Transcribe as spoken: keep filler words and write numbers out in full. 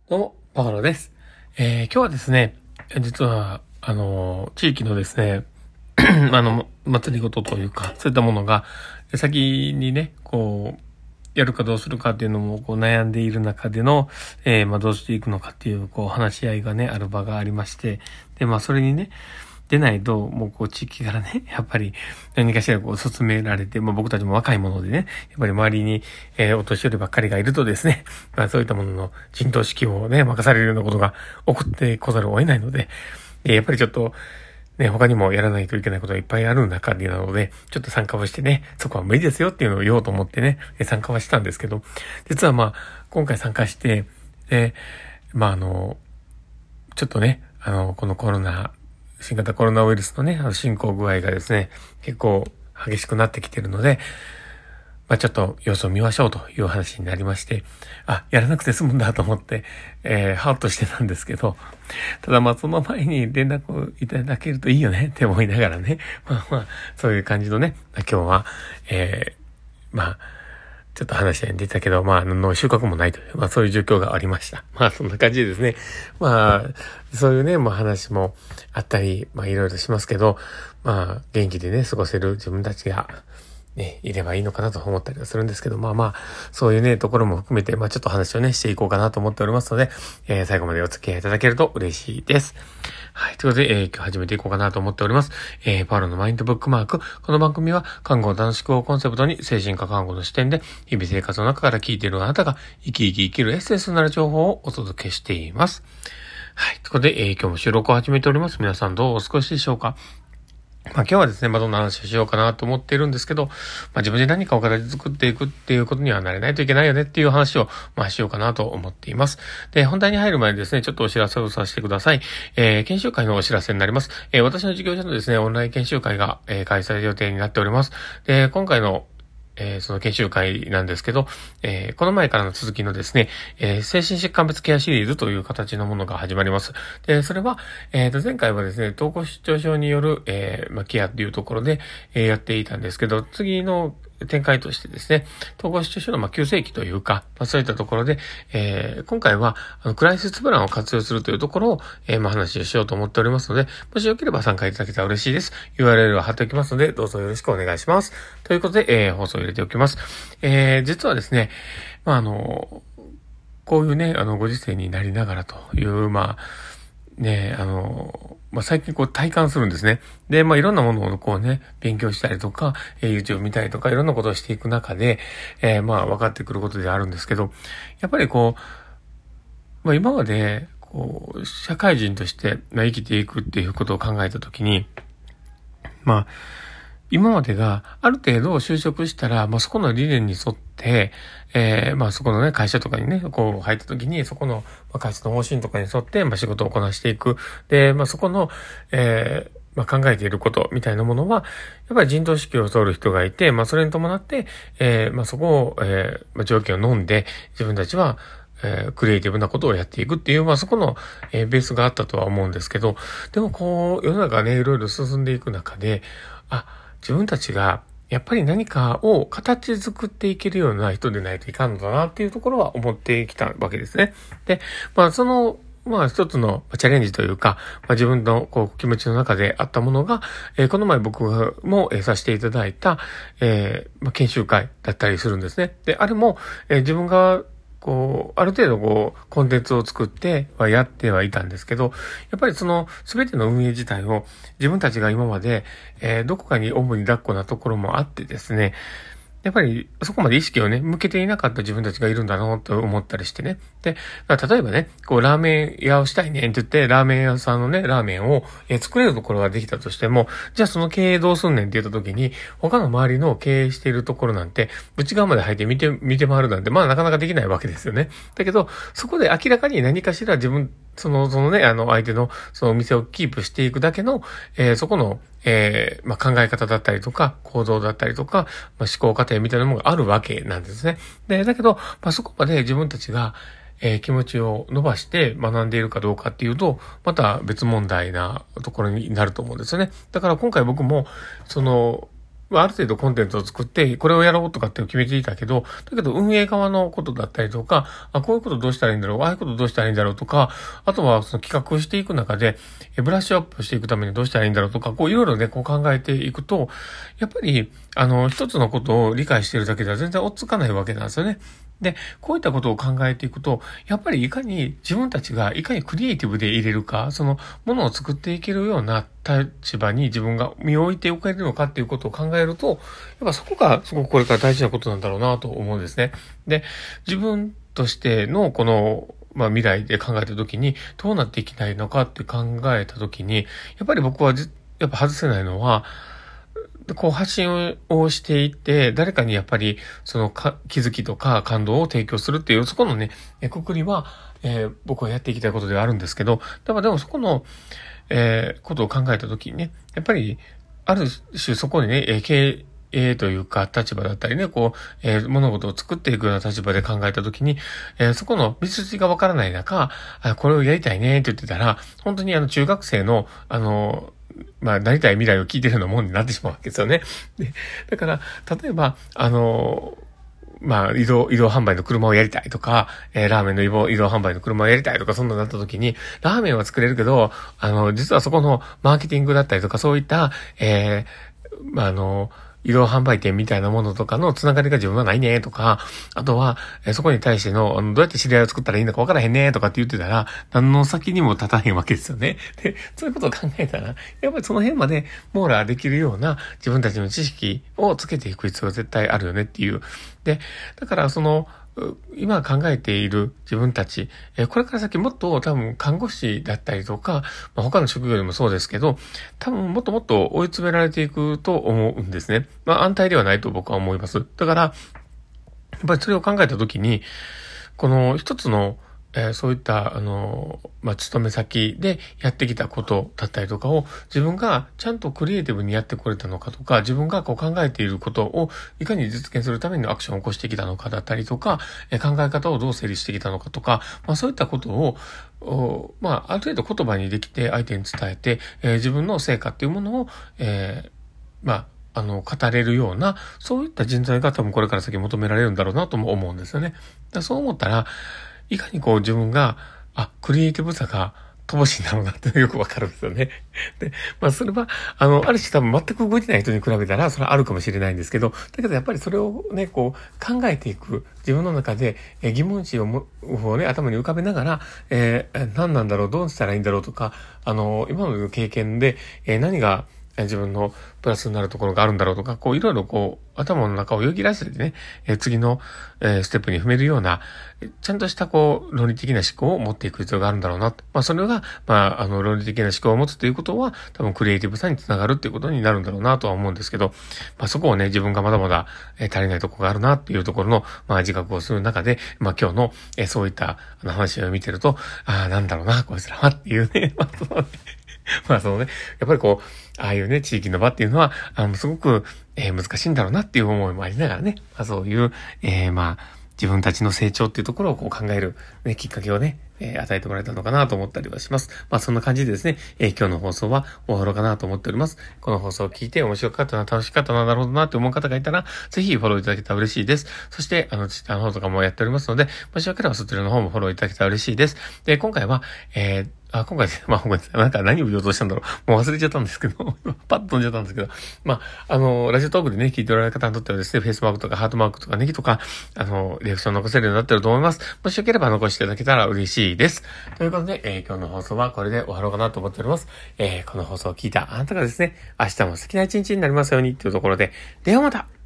どうも、パワロです。えー、今日はですね、実は、あの、地域のですね、あの、祭りごとというか、そういったものが、先にね、こう、やるかどうするかっていうのも、こう、悩んでいる中での、えー、まあ、どうしていくのかっていう、こう、話し合いがね、ある場がありまして、で、まあ、それにね、出ないと、もうこう地域からね、やっぱり何かしらこう進められて、まあ僕たちも若いものでね、やっぱり周りに、えー、お年寄りばっかりがいるとですね、まあそういったものの陣頭指揮をね、任されるようなことが起こってこざるを得ないので、えー、やっぱりちょっと、ね、他にもやらないといけないことがいっぱいある中でなので、ちょっと参加をしてね、そこは無理ですよっていうのを言おうと思ってね、参加はしたんですけど、実はまあ、今回参加して、で、まああの、ちょっとね、あの、このコロナ、新型コロナウイルスのね、あの進行具合がですね、結構激しくなってきているので、まあちょっと様子を見ましょうという話になりまして、あ、やらなくて済むんだと思って、えー、ハーッとしてたんですけど、ただまあその前に連絡をいただけるといいよねって思いながらね、まあまあ、そういう感じのね、今日は、えー、まあ、ちょっと話に出たけど、まあ、の収穫もないという、まあそういう状況がありました。まあそんな感じでですね。まあ、そういうね、まあ話もあったり、まあいろいろしますけど、まあ元気でね、過ごせる自分たちが、ね、いればいいのかなと思ったりはするんですけど、まあまあ、そういうね、ところも含めて、まあちょっと話をね、していこうかなと思っておりますので、えー、最後までお付き合いいただけると嬉しいです。はい。ということで、えー、今日始めていこうかなと思っております。えー、パウロのマインドブックマーク。この番組は、看護を楽しくをコンセプトに、精神科看護の視点で、日々生活の中から聞いているあなたが、生き生き生きるエッセンスになる情報をお届けしています。はい。ということで、えー、今日も収録を始めております。皆さんどうお過ごしでしょうか？まあ今日はですね、まあどんな話をしようかなと思っているんですけど、まあ自分で何かを形作っていくっていうことにはなれないといけないよねっていう話を、まあしようかなと思っています。で、本題に入る前にですね、ちょっとお知らせをさせてください。えー、研修会のお知らせになります。えー、私の事業者のですね、オンライン研修会が、えー、開催予定になっております。で、今回のえー、その研修会なんですけど、えー、この前からの続きのですね、えー、精神疾患別ケアシリーズという形のものが始まります。で、それは、えー、と前回はですね、統合失調症による、えーまあ、ケアっていうところで、えー、やっていたんですけど、次の展開としてですね、統合失調症のまあ急性期というか、まあ、そういったところで、えー、今回はあのクライシスプランを活用するというところを、えー、まあ話をしようと思っておりますので、もしよければ参加いただけたら嬉しいです。ユーアールエル は貼っておきますので、どうぞよろしくお願いします。ということで、えー、放送を入れておきます。えー、実はですね、まああの、こういうね、あの、ご時世になりながらという、まあ、ね、あの、まあ、最近こう体感するんですね。で、まあ、いろんなものをこうね、勉強したりとか、えー、YouTube 見たりとか、いろんなことをしていく中で、えー、まあ、分かってくることであるんですけど、やっぱりこう、まあ、今まで、こう、社会人として、まあ、生きていくっていうことを考えたときに、まあ、今までがある程度就職したら、まあ、そこの理念に沿って、えー、まあ、そこのね、会社とかにね、こう入った時に、そこの会社の方針とかに沿って、まあ、仕事をこなしていく。で、まあ、そこの、えー、まあ、考えていることみたいなものは、やっぱり陣頭指揮を取る人がいて、まあ、それに伴って、えー、まあ、そこを、えー、まあ、条件を飲んで、自分たちは、えー、クリエイティブなことをやっていくっていう、まあそこの、えー、ベースがあったとは思うんですけど、でもこう、世の中ね、いろいろ進んでいく中で、あ、自分たちが、やっぱり何かを形作っていけるような人でないといかんのだなっていうところは思ってきたわけですね。で、まあその、まあ一つのチャレンジというか、まあ自分のこう気持ちの中であったものが、えー、この前僕も、えー、させていただいた、えー、まあ研修会だったりするんですね。で、あれも、えー、自分がこう、ある程度こう、コンテンツを作ってはやってはいたんですけど、やっぱりその、すべての運営自体を自分たちが今まで、えー、どこかに主に抱っこなところもあってですね、やっぱりそこまで意識をね、向けていなかった自分たちがいるんだなと思ったりしてね。で、例えばね、こう、ラーメン屋をしたいねって言って、ラーメン屋さんのね、ラーメンを、え作れるところができたとしても、じゃあその経営どうすんねんって言った時に、他の周りの経営しているところなんて、内側まで入って見て、見て回るなんて、まあなかなかできないわけですよね。だけど、そこで明らかに何かしら自分、その、そのね、あの、相手の、そのお店をキープしていくだけの、えー、そこの、えー、まあ、考え方だったりとか、行動だったりとか、まあ、思考過程みたいなものがあるわけなんですね。で、だけど、まあ、そこまで自分たちが、えー、気持ちを伸ばして学んでいるかどうかっていうと、また別問題なところになると思うんですよね。だから今回僕も、その、 ある程度コンテンツを作って、これをやろうとかって決めていたけど、だけど運営側のことだったりとか、あ、こういうことどうしたらいいんだろう、ああいうことどうしたらいいんだろうとか、あとはその企画をしていく中で、ブラッシュアップしていくためにどうしたらいいんだろうとか、こういろいろね、こう考えていくと、やっぱり、あの、一つのことを理解しているだけでは全然追っつかないわけなんですよね。で、こういったことを考えていくと、やっぱりいかに自分たちがいかにクリエイティブで入れるか、そのものを作っていけるような立場に自分が身を置いておけるのかっていうことを考えると、やっぱそこがすごくこれから大事なことなんだろうなと思うんですね。で、自分としてのこの、まあ未来で考えたときにどうなっていきたいのかって考えたときに、やっぱり僕はやっぱ外せないのは、こう発信をしていって、誰かにやっぱりそのか気づきとか感動を提供するっていう、そこのね、くくりは、えー、僕はやっていきたいことではあるんですけど、だからでもそこの、えー、ことを考えたときにね、やっぱり、ある種そこにね、経営というか立場だったりね、こう、えー、物事を作っていくような立場で考えたときに、えー、そこの道筋がわからない中、あ、これをやりたいねって言ってたら、本当にあの中学生の、あの、まあ、なりたい未来を聞いてるようなもんになってしまうわけですよね。で、だから、例えば、あの、まあ、移動、移動販売の車をやりたいとか、えー、ラーメンの移動、移動販売の車をやりたいとか、そんなになった時に、ラーメンは作れるけど、あの、実はそこのマーケティングだったりとか、そういった、えー、まあ、あの、移動販売店みたいなものとかのつながりが自分はないねとか、あとは、えー、そこに対しての、あの、どうやって知り合いを作ったらいいのか分からへんねとかって言ってたら、何の先にも立たへんわけですよね。で、そういうことを考えたら、やっぱりその辺まで網羅できるような自分たちの知識をつけていく必要が絶対あるよねっていう。で、だからその、今考えている自分たち、これから先もっと多分看護師だったりとか、まあ、他の職業でもそうですけど、多分もっともっと追い詰められていくと思うんですね。まあ安泰ではないと僕は思います。だから、やっぱりそれを考えたときに、この一つのえー、そういった、あの、まあ、勤め先でやってきたことだったりとかを自分がちゃんとクリエイティブにやってこれたのかとか、自分がこう考えていることをいかに実現するためのアクションを起こしてきたのかだったりとか、えー、考え方をどう整理してきたのかとか、まあ、そういったことを、まあ、ある程度言葉にできて相手に伝えて、えー、自分の成果っていうものを、えー、まあ、あの、語れるような、そういった人材が多分これから先求められるんだろうなとも思うんですよね。だからそう思ったら、いかにこう自分が、あ、クリエイティブさが乏しいんだろうなってよくわかるんですよね。で、まあそれは、あの、ある種多分全く動いてない人に比べたら、それはあるかもしれないんですけど、だけどやっぱりそれをね、こう考えていく、自分の中で、え疑問詞をも、をね、頭に浮かべながら、えー、何なんだろう、どうしたらいいんだろうとか、あの、今の経験で、えー、何が、自分のプラスになるところがあるんだろうとか、こういろいろこう頭の中をよぎらせてね、えー、次の、えー、ステップに踏めるような、ちゃんとしたこう論理的な思考を持っていく必要があるんだろうな。まあそれが、まああの論理的な思考を持つということは多分クリエイティブさにつながるっていうことになるんだろうなとは思うんですけど、まあそこをね、自分がまだまだ、えー、足りないところがあるなっていうところの、まあ自覚をする中で、まあ今日の、えー、そういった話を見てると、ああ、なんだろうな、こいつらはっていうね、まあそのねまあそのね、やっぱりこう、ああいうね、地域の場っていうのは、あの、すごく、えー、難しいんだろうなっていう思いもありながらね、まあそういう、えー、まあ、自分たちの成長っていうところをこう考える、ね、きっかけをね、えー、与えてもらえたのかなと思ったりはします。まあそんな感じでですね、えー、今日の放送は終わろうかなと思っております。この放送を聞いて面白かったな、楽しかったな、なるほどなって思う方がいたら、ぜひフォローいただけたら嬉しいです。そして、あの、ツイッターの方とかもやっておりますので、もしよければそちらの方もフォローいただけたら嬉しいです。で、今回は、えーあ、今回、まあ、ごめんなさい。なんか何を言おうとしたんだろう。もう忘れちゃったんですけど、パッと飛んじゃったんですけど、まあ、あの、ラジオトークでね、聞いておられる方にとってはですね、フェイスマークとかハートマークとかネギとか、あの、リアクション残せるようになってると思います。もしよければ残していただけたら嬉しいです。ということで、えー、今日の放送はこれで終わろうかなと思っております。えー、この放送を聞いたあなたがですね、明日も素敵な一日になりますようにというところで、ではまた